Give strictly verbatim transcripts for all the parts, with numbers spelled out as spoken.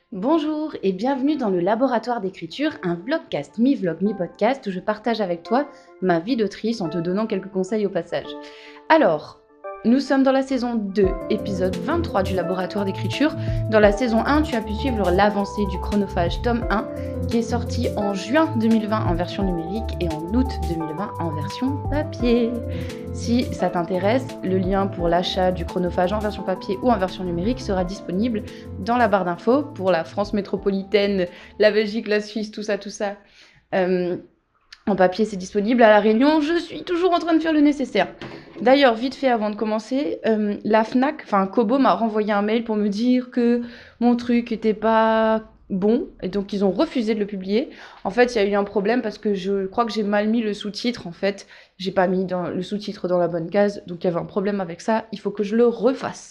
Bonjour et bienvenue dans le Laboratoire d'écriture, un vlogcast mi-vlog mi-podcast où je partage avec toi ma vie d'autrice en te donnant quelques conseils au passage. Alors, nous sommes dans la saison deux, épisode vingt-trois du Laboratoire d'écriture. Dans la saison un, tu as pu suivre l'avancée du chronophage tome un qui est sorti en juin deux mille vingt en version numérique et en août deux mille vingt en version papier. Si ça t'intéresse, le lien pour l'achat du chronophage en version papier ou en version numérique sera disponible dans la barre d'infos pour la France métropolitaine, la Belgique, la Suisse, tout ça, tout ça. Euh, en papier, c'est disponible. À La Réunion, je suis toujours en train de faire le nécessaire. D'ailleurs, vite fait, avant de commencer, euh, la Fnac, enfin Kobo m'a renvoyé un mail pour me dire que mon truc était pas bon, et donc ils ont refusé de le publier. En fait, il y a eu un problème parce que je crois que j'ai mal mis le sous-titre, en fait. J'ai pas mis dans, le sous-titre dans la bonne case, donc il y avait un problème avec ça. Il faut que je le refasse.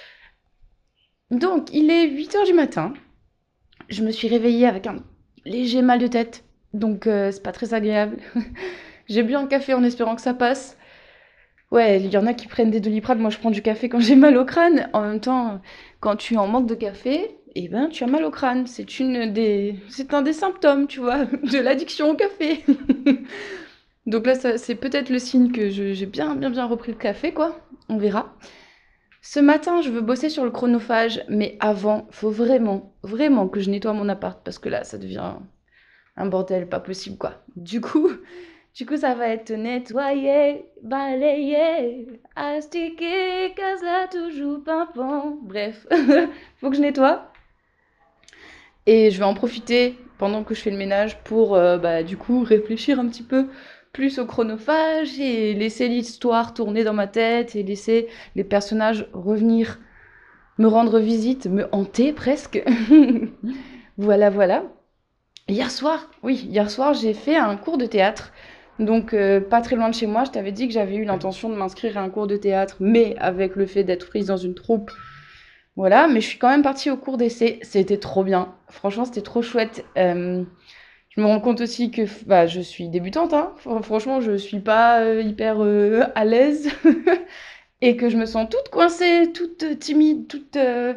Donc, il est huit heures du matin. Je me suis réveillée avec un léger mal de tête, donc euh, c'est pas très agréable. J'ai bu un café en espérant que ça passe. Ouais, il y en a qui prennent des Doliprane, moi je prends du café quand j'ai mal au crâne. En même temps, quand tu es en manque de café, eh ben tu as mal au crâne. C'est une des, c'est un des symptômes, tu vois, de l'addiction au café. Donc là, ça- c'est peut-être le signe que je- j'ai bien, bien, bien repris le café, quoi. On verra. Ce matin, je veux bosser sur le chronophage, mais avant, faut vraiment, vraiment que je nettoie mon appart parce que là, ça devient un bordel pas possible, quoi. Du coup, du coup, ça va être nettoyer, balayer, astiquer, casse là toujours pimpant. Bref, faut que je nettoie. Et je vais en profiter pendant que je fais le ménage pour, euh, bah, du coup, réfléchir un petit peu plus au chronophage et laisser l'histoire tourner dans ma tête et laisser les personnages revenir me rendre visite, me hanter presque. Voilà, voilà. Hier soir, oui, hier soir, j'ai fait un cours de théâtre. Donc, euh, pas très loin de chez moi, je t'avais dit que j'avais eu l'intention de m'inscrire à un cours de théâtre, mais avec le fait d'être prise dans une troupe, voilà. Mais je suis quand même partie au cours d'essai. C'était trop bien. Franchement, c'était trop chouette. Euh, je me rends compte aussi que bah, je suis débutante, hein. Franchement, je suis pas euh, hyper euh, à l'aise et que je me sens toute coincée, toute timide, toute euh,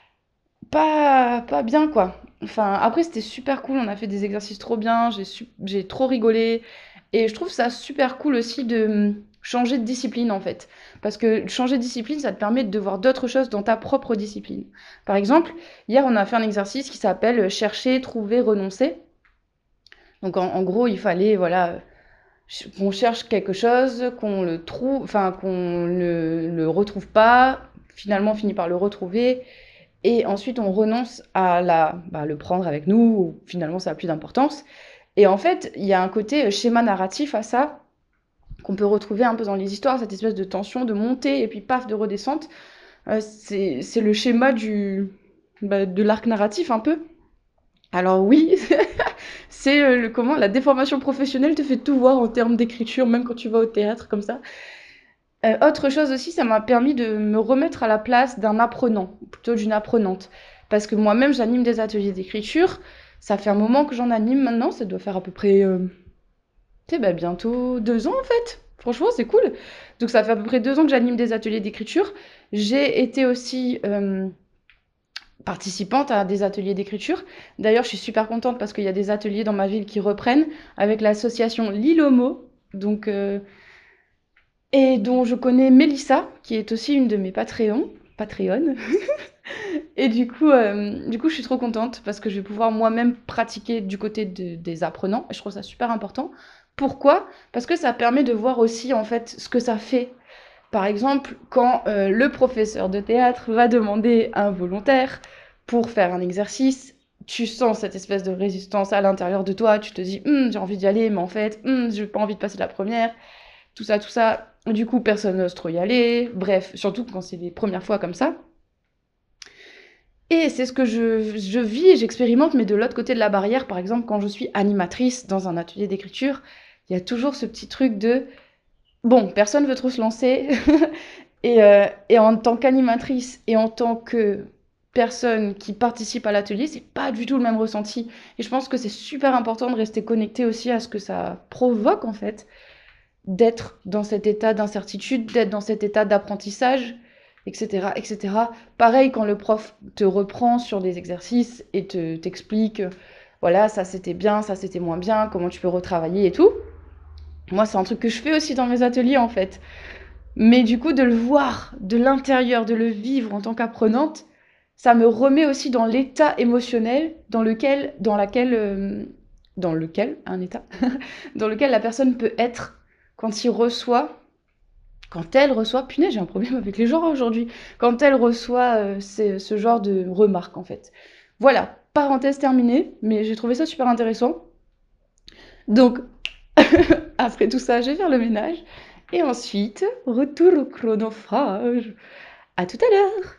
pas, pas bien, quoi. Enfin, après, c'était super cool. On a fait des exercices trop bien. J'ai su- j'ai trop rigolé. Et je trouve ça super cool aussi de hum, changer de discipline, en fait. Parce que changer de discipline, ça te permet de voir d'autres choses dans ta propre discipline. Par exemple, hier, on a fait un exercice qui s'appelle chercher, trouver, renoncer. Donc, en, en gros, il fallait, voilà, ch- qu'on cherche quelque chose, qu'on le trouve, enfin, qu'on ne le retrouve pas, finalement, on finit par le retrouver et ensuite, on renonce à la, bah, le prendre avec nous, ou finalement, ça n'a plus d'importance. Et en fait, il y a un côté euh, schéma narratif à ça, qu'on peut retrouver un peu dans les histoires, cette espèce de tension, de montée, et puis paf, de redescente. Euh, c'est, c'est le schéma du, bah, de l'arc narratif, un peu. Alors oui, c'est euh, le, comment, la déformation professionnelle te fait tout voir en termes d'écriture, même quand tu vas au théâtre, comme ça. Euh, autre chose aussi, ça m'a permis de me remettre à la place d'un apprenant, ou plutôt d'une apprenante. Parce que moi-même, j'anime des ateliers d'écriture. Ça fait un moment que j'en anime maintenant, ça doit faire à peu près, euh, tu sais, bah, bientôt deux ans en fait. Franchement, c'est cool. Donc ça fait à peu près deux ans que j'anime des ateliers d'écriture. J'ai été aussi euh, participante à des ateliers d'écriture. D'ailleurs, je suis super contente parce qu'il y a des ateliers dans ma ville qui reprennent avec l'association Lilomo. Donc, euh, et dont je connais Mélissa, qui est aussi une de mes Patreons, Patreon. Et du coup, euh, du coup, je suis trop contente parce que je vais pouvoir moi-même pratiquer du côté de- des apprenants. Et je trouve ça super important. Pourquoi? Parce que ça permet de voir aussi en fait ce que ça fait. Par exemple, quand euh, le professeur de théâtre va demander un volontaire pour faire un exercice, tu sens cette espèce de résistance à l'intérieur de toi. Tu te dis, Hum, j'ai envie d'y aller, mais en fait, hum, j'ai pas envie de passer la première tout ça, tout ça. Du coup, personne n'ose trop y aller. Bref, surtout quand c'est les premières fois comme ça. Et c'est ce que je, je vis et j'expérimente, mais de l'autre côté de la barrière, par exemple, quand je suis animatrice dans un atelier d'écriture, il y a toujours ce petit truc de bon, personne veut trop se lancer. et, euh, et en tant qu'animatrice et en tant que personne qui participe à l'atelier, c'est pas du tout le même ressenti. Et je pense que c'est super important de rester connecté aussi à ce que ça provoque en fait, d'être dans cet état d'incertitude, d'être dans cet état d'apprentissage. et cetera, et cetera. Pareil, quand le prof te reprend sur des exercices et te t'explique, euh, voilà, ça c'était bien, ça c'était moins bien, comment tu peux retravailler et tout. Moi, c'est un truc que je fais aussi dans mes ateliers, en fait. Mais du coup, de le voir de l'intérieur, de le vivre en tant qu'apprenante, ça me remet aussi dans l'état émotionnel dans lequel, dans laquelle, euh, dans lequel, un état, dans lequel la personne peut être quand il reçoit, quand elle reçoit, punaise, j'ai un problème avec les genres aujourd'hui, quand elle reçoit euh, ce, ce genre de remarques, en fait. Voilà, parenthèse terminée, mais j'ai trouvé ça super intéressant. Donc, après tout ça, je vais faire le ménage. Et ensuite, retour au chronophage. À tout à l'heure.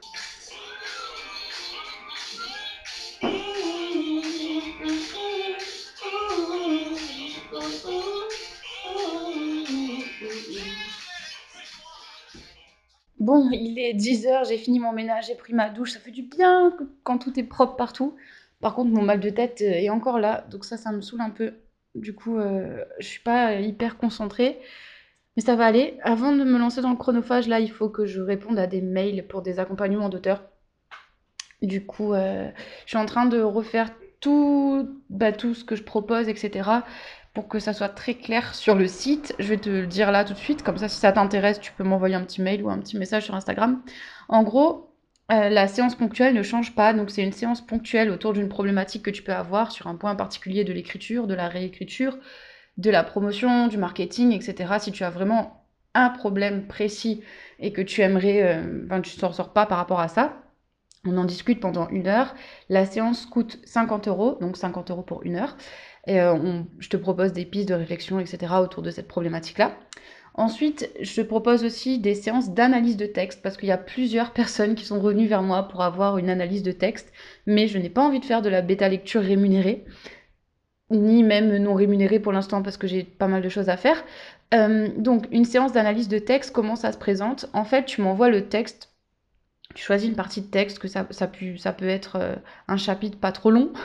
Bon, il est dix heures, j'ai fini mon ménage, j'ai pris ma douche, ça fait du bien quand tout est propre partout. Par contre, mon mal de tête euh, est encore là, donc ça, ça me saoule un peu. Du coup, euh, je suis pas hyper concentrée, mais ça va aller. Avant de me lancer dans le chronophage, là, il faut que je réponde à des mails pour des accompagnements d'auteurs. Du coup, euh, je suis en train de refaire tout, bah, tout ce que je propose, et cetera, pour que ça soit très clair sur le site. Je vais te le dire là tout de suite, comme ça, si ça t'intéresse, tu peux m'envoyer un petit mail ou un petit message sur Instagram. En gros, euh, la séance ponctuelle ne change pas, donc c'est une séance ponctuelle autour d'une problématique que tu peux avoir sur un point particulier de l'écriture, de la réécriture, de la promotion, du marketing, et cetera. Si tu as vraiment un problème précis et que tu aimerais, euh, enfin, tu ne t'en sors pas par rapport à ça, on en discute pendant une heure. La séance coûte cinquante euros, donc cinquante euros pour une heure. Et euh, on- je te propose des pistes de réflexion, et cetera autour de cette problématique-là. Ensuite, je te propose aussi des séances d'analyse de texte parce qu'il y a plusieurs personnes qui sont revenues vers moi pour avoir une analyse de texte, mais je n'ai pas envie de faire de la bêta lecture rémunérée, ni même non rémunérée pour l'instant parce que j'ai pas mal de choses à faire. Euh, donc, une séance d'analyse de texte, comment ça se présente? En fait, tu m'envoies le texte, tu choisis une partie de texte, que ça, ça, pu- ça peut être euh, un chapitre pas trop long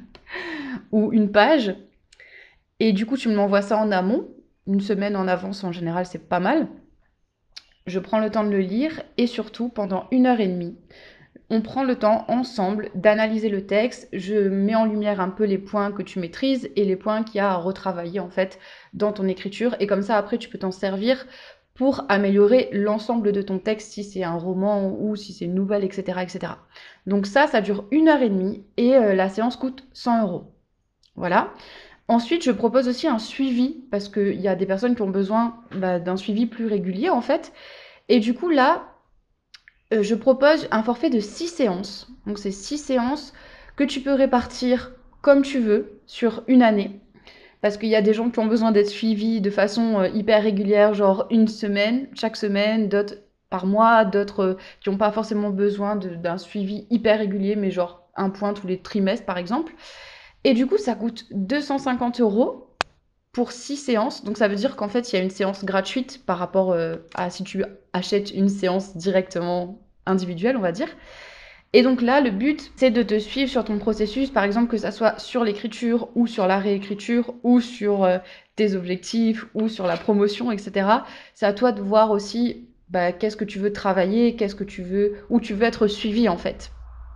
ou une page, et du coup tu me l'envoies ça en amont, une semaine en avance en général c'est pas mal. Je prends le temps de le lire et surtout pendant une heure et demie, on prend le temps ensemble d'analyser le texte, je mets en lumière un peu les points que tu maîtrises et les points qu'il y a à retravailler en fait dans ton écriture, et comme ça après tu peux t'en servir pour améliorer l'ensemble de ton texte si c'est un roman ou si c'est une nouvelle, et cetera, et cetera. Donc ça, ça dure une heure et demie et euh, la séance coûte cent euros. Voilà. Ensuite, je propose aussi un suivi parce qu'il y a des personnes qui ont besoin bah, d'un suivi plus régulier en fait. Et du coup là, euh, je propose un forfait de six séances. Donc c'est six séances que tu peux répartir comme tu veux sur une année. Parce qu'il y a des gens qui ont besoin d'être suivis de façon euh, hyper régulière, genre une semaine, chaque semaine, d'autres par mois, d'autres euh, qui n'ont pas forcément besoin de- d'un suivi hyper régulier, mais genre un point tous les trimestres par exemple. Et du coup, ça coûte deux cent cinquante euros pour six séances. Donc ça veut dire qu'en fait, il y a une séance gratuite par rapport euh, à si tu achètes une séance directement individuelle, on va dire. Et donc là, le but, c'est de te suivre sur ton processus, par exemple, que ça soit sur l'écriture ou sur la réécriture ou sur euh, tes objectifs ou sur la promotion, et cetera. C'est à toi de voir aussi bah, qu'est-ce que tu veux travailler, qu'est-ce que tu veux, où tu veux être suivi en fait.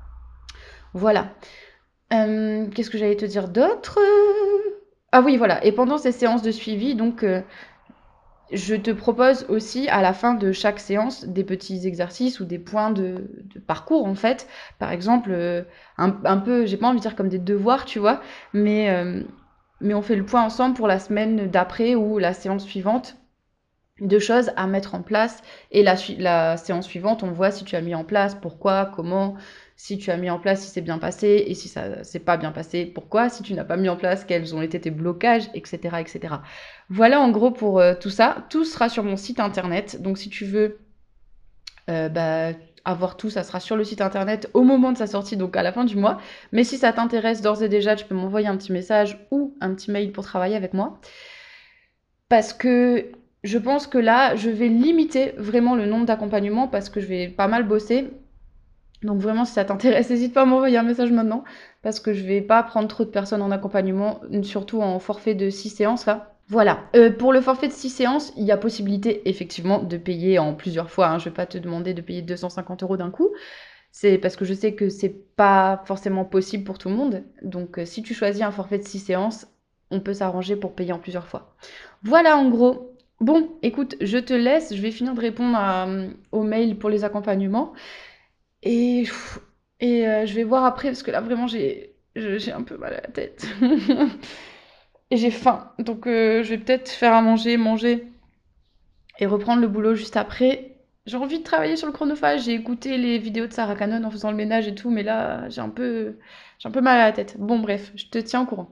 Voilà. Euh, qu'est-ce que j'allais te dire d'autre? Ah oui, voilà. Et pendant ces séances de suivi, donc, euh, je te propose aussi à la fin de chaque séance des petits exercices ou des points de, de parcours en fait. Par exemple, euh, un, un peu, j'ai pas envie de dire comme des devoirs, tu vois, mais, euh, mais on fait le point ensemble pour la semaine d'après ou la séance suivante de choses à mettre en place. Et la, la séance suivante, on voit si tu as mis en place, pourquoi, comment, si tu as mis en place, si c'est bien passé, et si ça s'est pas bien passé, pourquoi, si tu n'as pas mis en place, quels ont été tes blocages, et cetera, et cetera. Voilà en gros pour euh, tout ça. Tout sera sur mon site internet. Donc si tu veux euh, bah, avoir tout, ça sera sur le site internet au moment de sa sortie, donc à la fin du mois. Mais si ça t'intéresse d'ores et déjà, tu peux m'envoyer un petit message ou un petit mail pour travailler avec moi. Parce que je pense que là, je vais limiter vraiment le nombre d'accompagnements parce que je vais pas mal bosser. Donc vraiment, si ça t'intéresse, n'hésite pas à m'envoyer un message maintenant parce que je vais pas prendre trop de personnes en accompagnement, surtout en forfait de six séances là. Voilà. Euh, pour le forfait de six séances, il y a possibilité effectivement de payer en plusieurs fois, hein. Je ne vais pas te demander de payer deux cent cinquante euros d'un coup. C'est parce que je sais que c'est pas forcément possible pour tout le monde. Donc, euh, si tu choisis un forfait de six séances, on peut s'arranger pour payer en plusieurs fois. Voilà en gros. Bon, écoute, je te laisse. Je vais finir de répondre à, euh, aux mails pour les accompagnements. Et, pff, et euh, je vais voir après parce que là vraiment j'ai je- j'ai un peu mal à la tête. Et j'ai faim. Donc euh, je vais peut-être faire à manger, manger et reprendre le boulot juste après. J'ai envie de travailler sur le chronophage. J'ai écouté les vidéos de Sarah Cannon en faisant le ménage et tout, mais là j'ai un peu j'ai un peu mal à la tête. Bon bref, je te tiens au courant.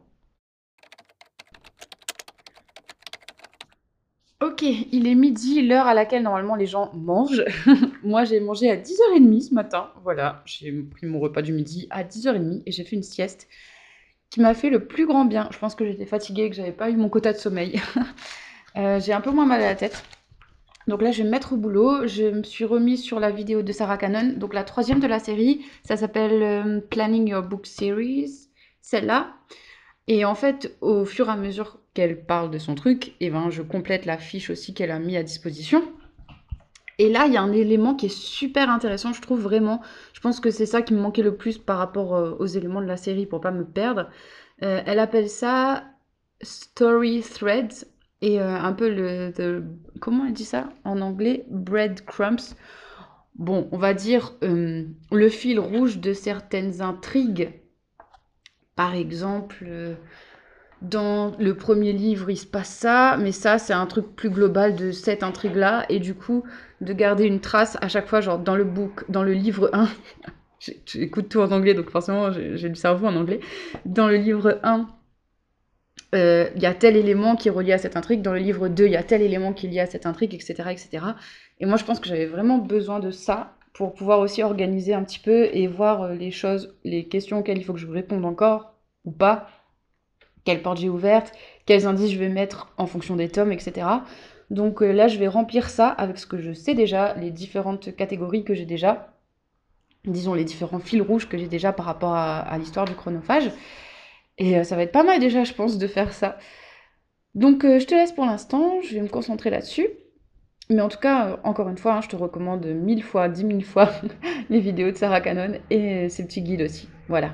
Ok, il est midi, l'heure à laquelle normalement les gens mangent. Moi j'ai mangé à dix heures trente ce matin. Voilà, j'ai pris mon repas du midi à dix heures trente et j'ai fait une sieste qui m'a fait le plus grand bien. Je pense que j'étais fatiguée, que j'avais pas eu mon quota de sommeil. Euh, j'ai un peu moins mal à la tête. Donc là, je vais me mettre au boulot. Je me suis remise sur la vidéo de Sarah Cannon. Donc la troisième de la série, ça s'appelle euh, Planning Your Book Series. Celle-là. Et en fait, au fur et à mesure qu'elle parle de son truc, eh ben, je complète la fiche aussi qu'elle a mis à disposition. Et là, il y a un élément qui est super intéressant, je trouve vraiment. Je pense que c'est ça qui me manquait le plus par rapport euh, aux éléments de la série pour pas me perdre. Euh, elle appelle ça Story Threads et euh, un peu le, the- comment elle dit ça en anglais? Breadcrumbs. Bon, on va dire euh, le fil rouge de certaines intrigues. Par exemple, euh, dans le premier livre, il se passe ça, mais ça, c'est un truc plus global de cette intrigue-là. Et du coup, de garder une trace à chaque fois, genre dans le book, dans le livre un, j'écoute tout en anglais, donc forcément, j'ai j'ai le cerveau en anglais. Dans le livre un, euh, il y a tel élément qui est relié à cette intrigue. Dans le livre deux, il y a tel élément qui est lié à cette intrigue, et cetera, et cetera. Et moi, je pense que j'avais vraiment besoin de ça pour pouvoir aussi organiser un petit peu et voir euh, les choses, les questions auxquelles il faut que je réponde encore ou pas, quelle porte j'ai ouverte, quels indices je vais mettre en fonction des tomes, et cetera. Donc euh, là, je vais remplir ça avec ce que je sais déjà, les différentes catégories que j'ai déjà, disons les différents fils rouges que j'ai déjà par rapport à, à l'histoire du chronophage. Et euh, ça va être pas mal déjà, je pense, de faire ça. Donc euh, je te laisse pour l'instant, je vais me concentrer là-dessus. Mais en tout cas, euh, encore une fois, hein, je te recommande mille fois, dix mille fois les vidéos de Sarah Cannon et ses petits guides aussi. Voilà.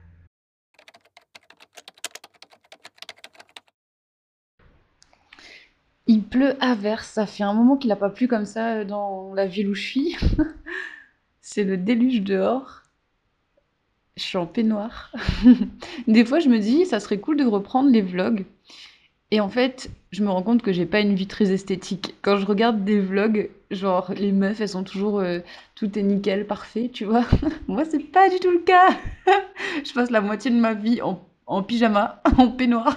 Il pleut à verse, ça fait un moment qu'il n'a pas plu comme ça euh, dans la ville où je suis. C'est le déluge dehors. Je suis en peignoir. Des fois, je me dis, ça serait cool de reprendre les vlogs. Et en fait, je me rends compte que j'ai pas une vie très esthétique. Quand je regarde des vlogs, genre les meufs, elles sont toujours euh, tout est nickel, parfait, tu vois. Moi, c'est pas du tout le cas. Je passe la moitié de ma vie en, en pyjama, en peignoir.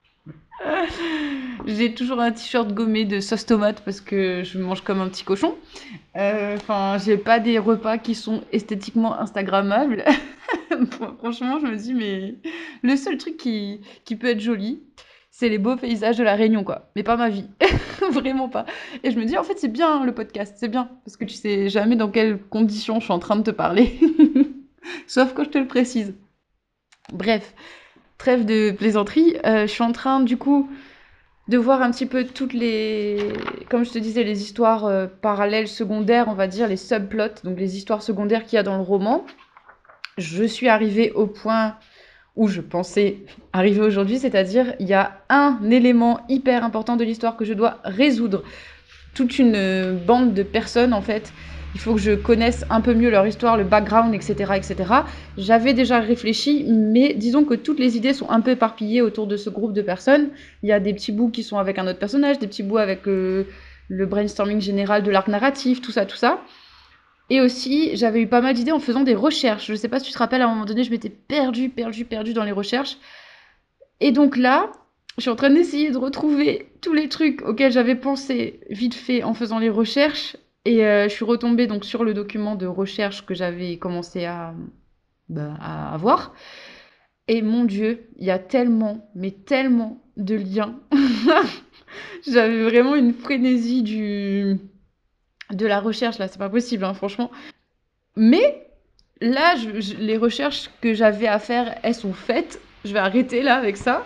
J'ai toujours un t-shirt gommé de sauce tomate parce que je mange comme un petit cochon. Euh, Enfin, j'ai pas des repas qui sont esthétiquement instagrammables. Franchement, je me dis, mais le seul truc qui, qui peut être joli, c'est les beaux paysages de la Réunion, quoi. Mais pas ma vie. Vraiment pas. Et je me dis, en fait, c'est bien hein, le podcast, c'est bien. Parce que tu sais jamais dans quelles conditions je suis en train de te parler. Sauf quand je te le précise. Bref, trêve de plaisanterie. Euh, je suis en train, du coup, de voir un petit peu toutes les, comme je te disais, les histoires euh, parallèles, secondaires, on va dire, les subplots, donc les histoires secondaires qu'il y a dans le roman. Je suis arrivée au point où je pensais arriver aujourd'hui, c'est-à-dire il y a un élément hyper important de l'histoire que je dois résoudre. Toute une bande de personnes, en fait, il faut que je connaisse un peu mieux leur histoire, le background, et cetera, et cetera. J'avais déjà réfléchi, mais disons que toutes les idées sont un peu éparpillées autour de ce groupe de personnes. Il y a des petits bouts qui sont avec un autre personnage, des petits bouts avec euh, le brainstorming général de l'arc narratif, tout ça, tout ça. Et aussi, j'avais eu pas mal d'idées en faisant des recherches. Je sais pas si tu te rappelles, à un moment donné, je m'étais perdue, perdue, perdue dans les recherches. Et donc là, je suis en train d'essayer de retrouver tous les trucs auxquels j'avais pensé vite fait en faisant les recherches. Et euh, je suis retombée donc sur le document de recherche que j'avais commencé à, bah, à avoir. Et mon Dieu, il y a tellement, mais tellement de liens. J'avais vraiment une frénésie du... de la recherche là, c'est pas possible, hein, franchement. Mais là, je- je- les recherches que j'avais à faire, elles sont faites. Je vais arrêter là avec ça.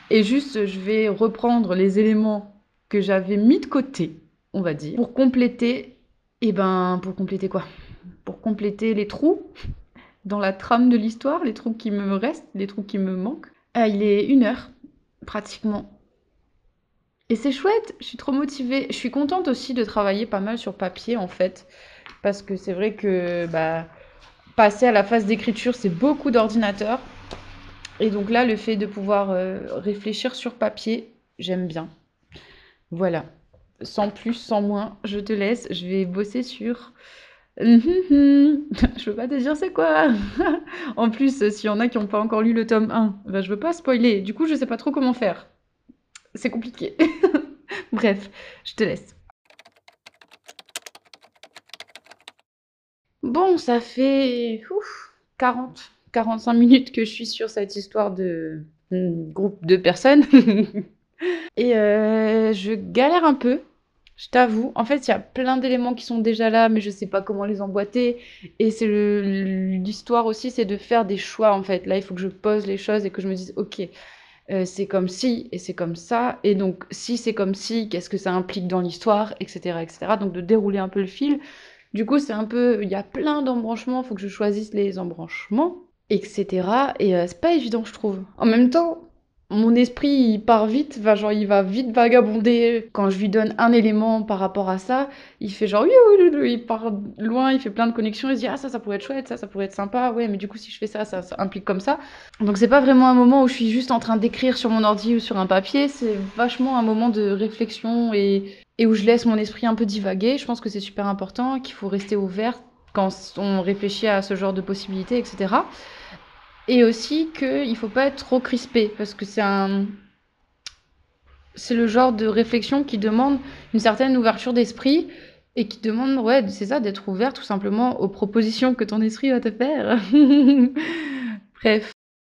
Et juste, je vais reprendre les éléments que j'avais mis de côté, on va dire, pour compléter, et ben, pour compléter quoi? Pour compléter les trous dans la trame de l'histoire, les trous qui me restent, les trous qui me manquent. Ah, il est une heure, pratiquement. Et c'est chouette, je suis trop motivée. Je suis contente aussi de travailler pas mal sur papier en fait, parce que c'est vrai que bah, passer à la phase d'écriture, c'est beaucoup d'ordinateur. Et donc là, le fait de pouvoir euh, réfléchir sur papier, j'aime bien. Voilà. Sans plus, sans moins, je te laisse. Je vais bosser sur. Je peux pas te dire c'est quoi. En plus, euh, s'il y en a qui n'ont pas encore lu le tome un, bah, je veux pas spoiler. Du coup, je sais pas trop comment faire. C'est compliqué. Bref, je te laisse. Bon, ça fait ouf, quarante, quarante-cinq minutes que je suis sur cette histoire de mm, groupe de personnes. Et euh, je galère un peu, je t'avoue. En fait, il y a plein d'éléments qui sont déjà là, mais je sais pas comment les emboîter. Et c'est le- l'histoire aussi, c'est de faire des choix en fait. Là, il faut que je pose les choses et que je me dise, ok, euh, c'est comme ci et c'est comme ça. Et donc, si c'est comme ci, qu'est-ce que ça implique dans l'histoire, et cetera, et cetera. Donc, de dérouler un peu le fil. Du coup, c'est un peu, il y a plein d'embranchements, il faut que je choisisse les embranchements, et cetera. Et euh, c'est pas évident, je trouve. En même temps, mon esprit, il part vite, va, genre, il va vite vagabonder. Quand je lui donne un élément par rapport à ça, il fait genre, oui, oui, oui, oui, il part loin, il fait plein de connexions, il se dit, ah, ça, ça pourrait être chouette, ça, ça pourrait être sympa, ouais, mais du coup, si je fais ça, ça, ça implique comme ça. Donc, c'est pas vraiment un moment où je suis juste en train d'écrire sur mon ordi ou sur un papier, c'est vachement un moment de réflexion et, et où je laisse mon esprit un peu divaguer. Je pense que c'est super important, qu'il faut rester ouvert quand on réfléchit à ce genre de possibilités, et cetera. Et aussi qu'il ne faut pas être trop crispé, parce que c'est un... c'est le genre de réflexion qui demande une certaine ouverture d'esprit et qui demande, ouais, c'est ça, d'être ouvert tout simplement aux propositions que ton esprit va te faire. Bref.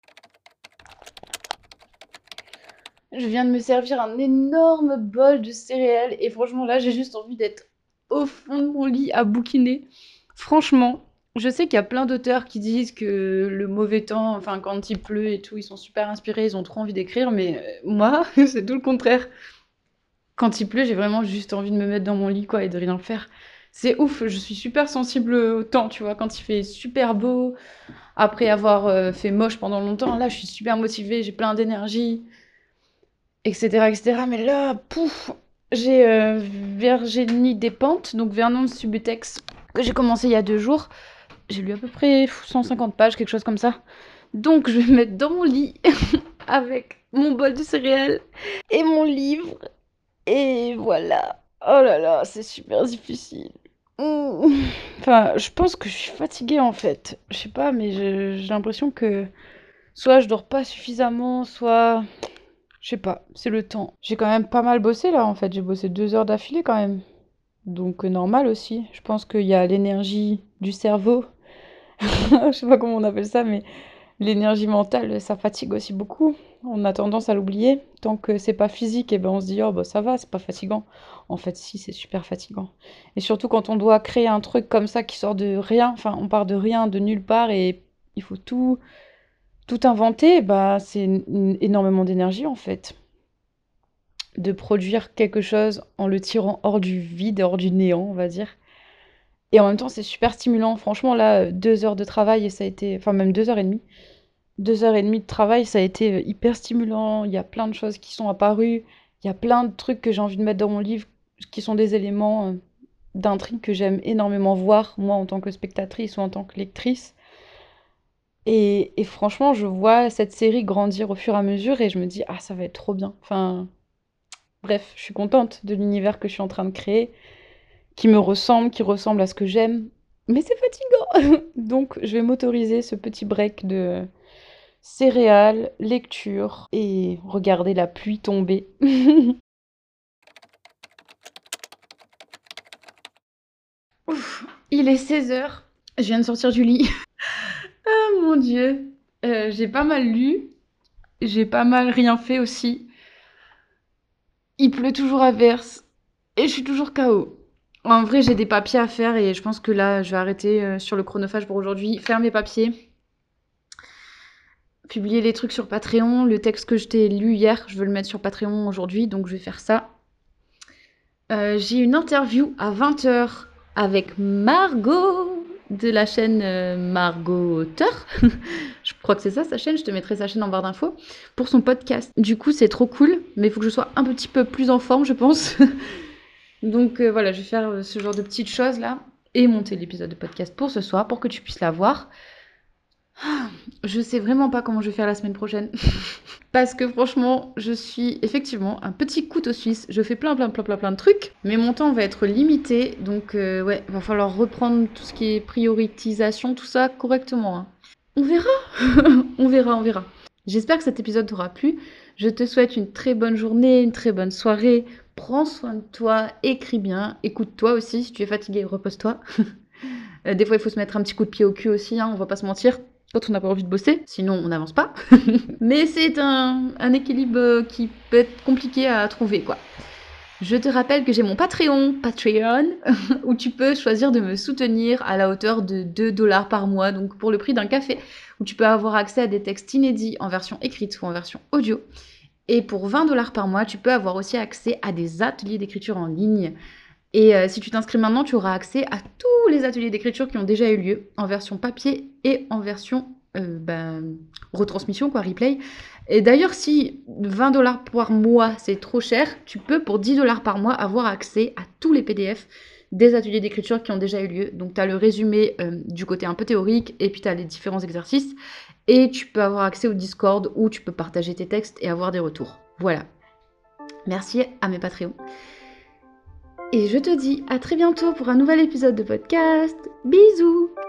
Je viens de me servir un énorme bol de céréales et franchement là j'ai juste envie d'être au fond de mon lit à bouquiner. Franchement, je sais qu'il y a plein d'auteurs qui disent que le mauvais temps, enfin quand il pleut et tout, ils sont super inspirés, ils ont trop envie d'écrire, mais euh, moi c'est tout le contraire. Quand il pleut, j'ai vraiment juste envie de me mettre dans mon lit quoi et de rien faire. C'est ouf, je suis super sensible au temps, tu vois, quand il fait super beau, après avoir euh, fait moche pendant longtemps, là je suis super motivée, j'ai plein d'énergie et cetera, et cetera. Mais là, pouf, j'ai euh, Virginie Despentes, donc Vernon Subutex, que j'ai commencé il y a deux jours. J'ai lu à peu près cent cinquante pages, quelque chose comme ça. Donc je vais me mettre dans mon lit avec mon bol de céréales et mon livre. Et voilà. Oh là là, c'est super difficile. Mmh. Enfin, je pense que je suis fatiguée en fait. Je sais pas, mais je- j'ai l'impression que soit je dors pas suffisamment, soit je sais pas, c'est le temps. J'ai quand même pas mal bossé là en fait, j'ai bossé deux heures d'affilée quand même. Donc euh, normal aussi. Je pense qu'il y a l'énergie du cerveau, je sais pas comment on appelle ça, mais l'énergie mentale, ça fatigue aussi beaucoup. On a tendance à l'oublier. Tant que c'est pas physique, et ben on se dit oh bah ça va, c'est pas fatigant. En fait, si, c'est super fatigant. Et surtout quand on doit créer un truc comme ça qui sort de rien, enfin on part de rien, de nulle part et il faut tout tout inventer, bah c'est une- énormément d'énergie en fait. De produire quelque chose en le tirant hors du vide, hors du néant, on va dire. Et en même temps, c'est super stimulant. Franchement, là, deux heures de travail, et ça a été, enfin même deux heures et demie, deux heures et demie de travail, ça a été euh, hyper stimulant. Il y a plein de choses qui sont apparues. Il y a plein de trucs que j'ai envie de mettre dans mon livre, qui sont des éléments euh, d'intrigue que j'aime énormément voir, moi, en tant que spectatrice ou en tant que lectrice. Et, et franchement, je vois cette série grandir au fur et à mesure et je me dis, ah, ça va être trop bien. Enfin, bref, je suis contente de l'univers que je suis en train de créer, qui me ressemble, qui ressemble à ce que j'aime. Mais c'est fatigant. Donc, je vais m'autoriser ce petit break de céréales, lecture et regarder la pluie tomber. Ouf, il est seize heures. Je viens de sortir du lit. Oh mon Dieu. Euh, j'ai pas mal lu. J'ai pas mal rien fait aussi. Il pleut toujours à verse. Et je suis toujours K O. En vrai, j'ai des papiers à faire et je pense que là, je vais arrêter euh, sur le chronophage pour aujourd'hui. Faire mes papiers. publier les trucs sur Patreon. Le texte que je t'ai lu hier, je veux le mettre sur Patreon aujourd'hui, donc je vais faire ça. Euh, j'ai une interview à vingt heures avec Margot de la chaîne euh, Margot Auteur. Je crois que c'est ça sa chaîne, je te mettrai sa chaîne en barre d'infos, pour son podcast. Du coup, c'est trop cool, mais il faut que je sois un petit peu plus en forme, je pense. Donc euh, voilà, je vais faire euh, ce genre de petites choses là et monter l'épisode de podcast pour ce soir pour que tu puisses la voir. Je sais vraiment pas comment je vais faire la semaine prochaine. Parce que franchement, je suis effectivement un petit couteau suisse. Je fais plein, plein, plein, plein, plein de trucs. Mais mon temps va être limité. Donc, euh, ouais, va falloir reprendre tout ce qui est prioritisation, tout ça correctement. Hein. On verra. on verra, on verra. J'espère que cet épisode t'aura plu. Je te souhaite une très bonne journée, une très bonne soirée. Prends soin de toi, écris bien, écoute-toi aussi. Si tu es fatigué, repose-toi. euh, des fois, il faut se mettre un petit coup de pied au cul aussi, hein, on va pas se mentir. Quand on n'a pas envie de bosser, sinon on n'avance pas. Mais c'est un, un équilibre qui peut être compliqué à trouver, quoi. Je te rappelle que j'ai mon Patreon, Patreon, où tu peux choisir de me soutenir à la hauteur de deux dollars par mois, donc pour le prix d'un café, où tu peux avoir accès à des textes inédits en version écrite ou en version audio. Et pour vingt dollars par mois, tu peux avoir aussi accès à des ateliers d'écriture en ligne. Et euh, si tu t'inscris maintenant, tu auras accès à tous les ateliers d'écriture qui ont déjà eu lieu, en version papier et en version euh, ben, retransmission, quoi, replay. Et d'ailleurs, si vingt dollars par mois, c'est trop cher, tu peux, pour dix dollars par mois, avoir accès à tous les P D F des ateliers d'écriture qui ont déjà eu lieu. Donc, tu as le résumé euh, du côté un peu théorique, et puis tu as les différents exercices. Et tu peux avoir accès au Discord, où tu peux partager tes textes et avoir des retours. Voilà. Merci à mes Patreons. Et je te dis à très bientôt pour un nouvel épisode de podcast. Bisous!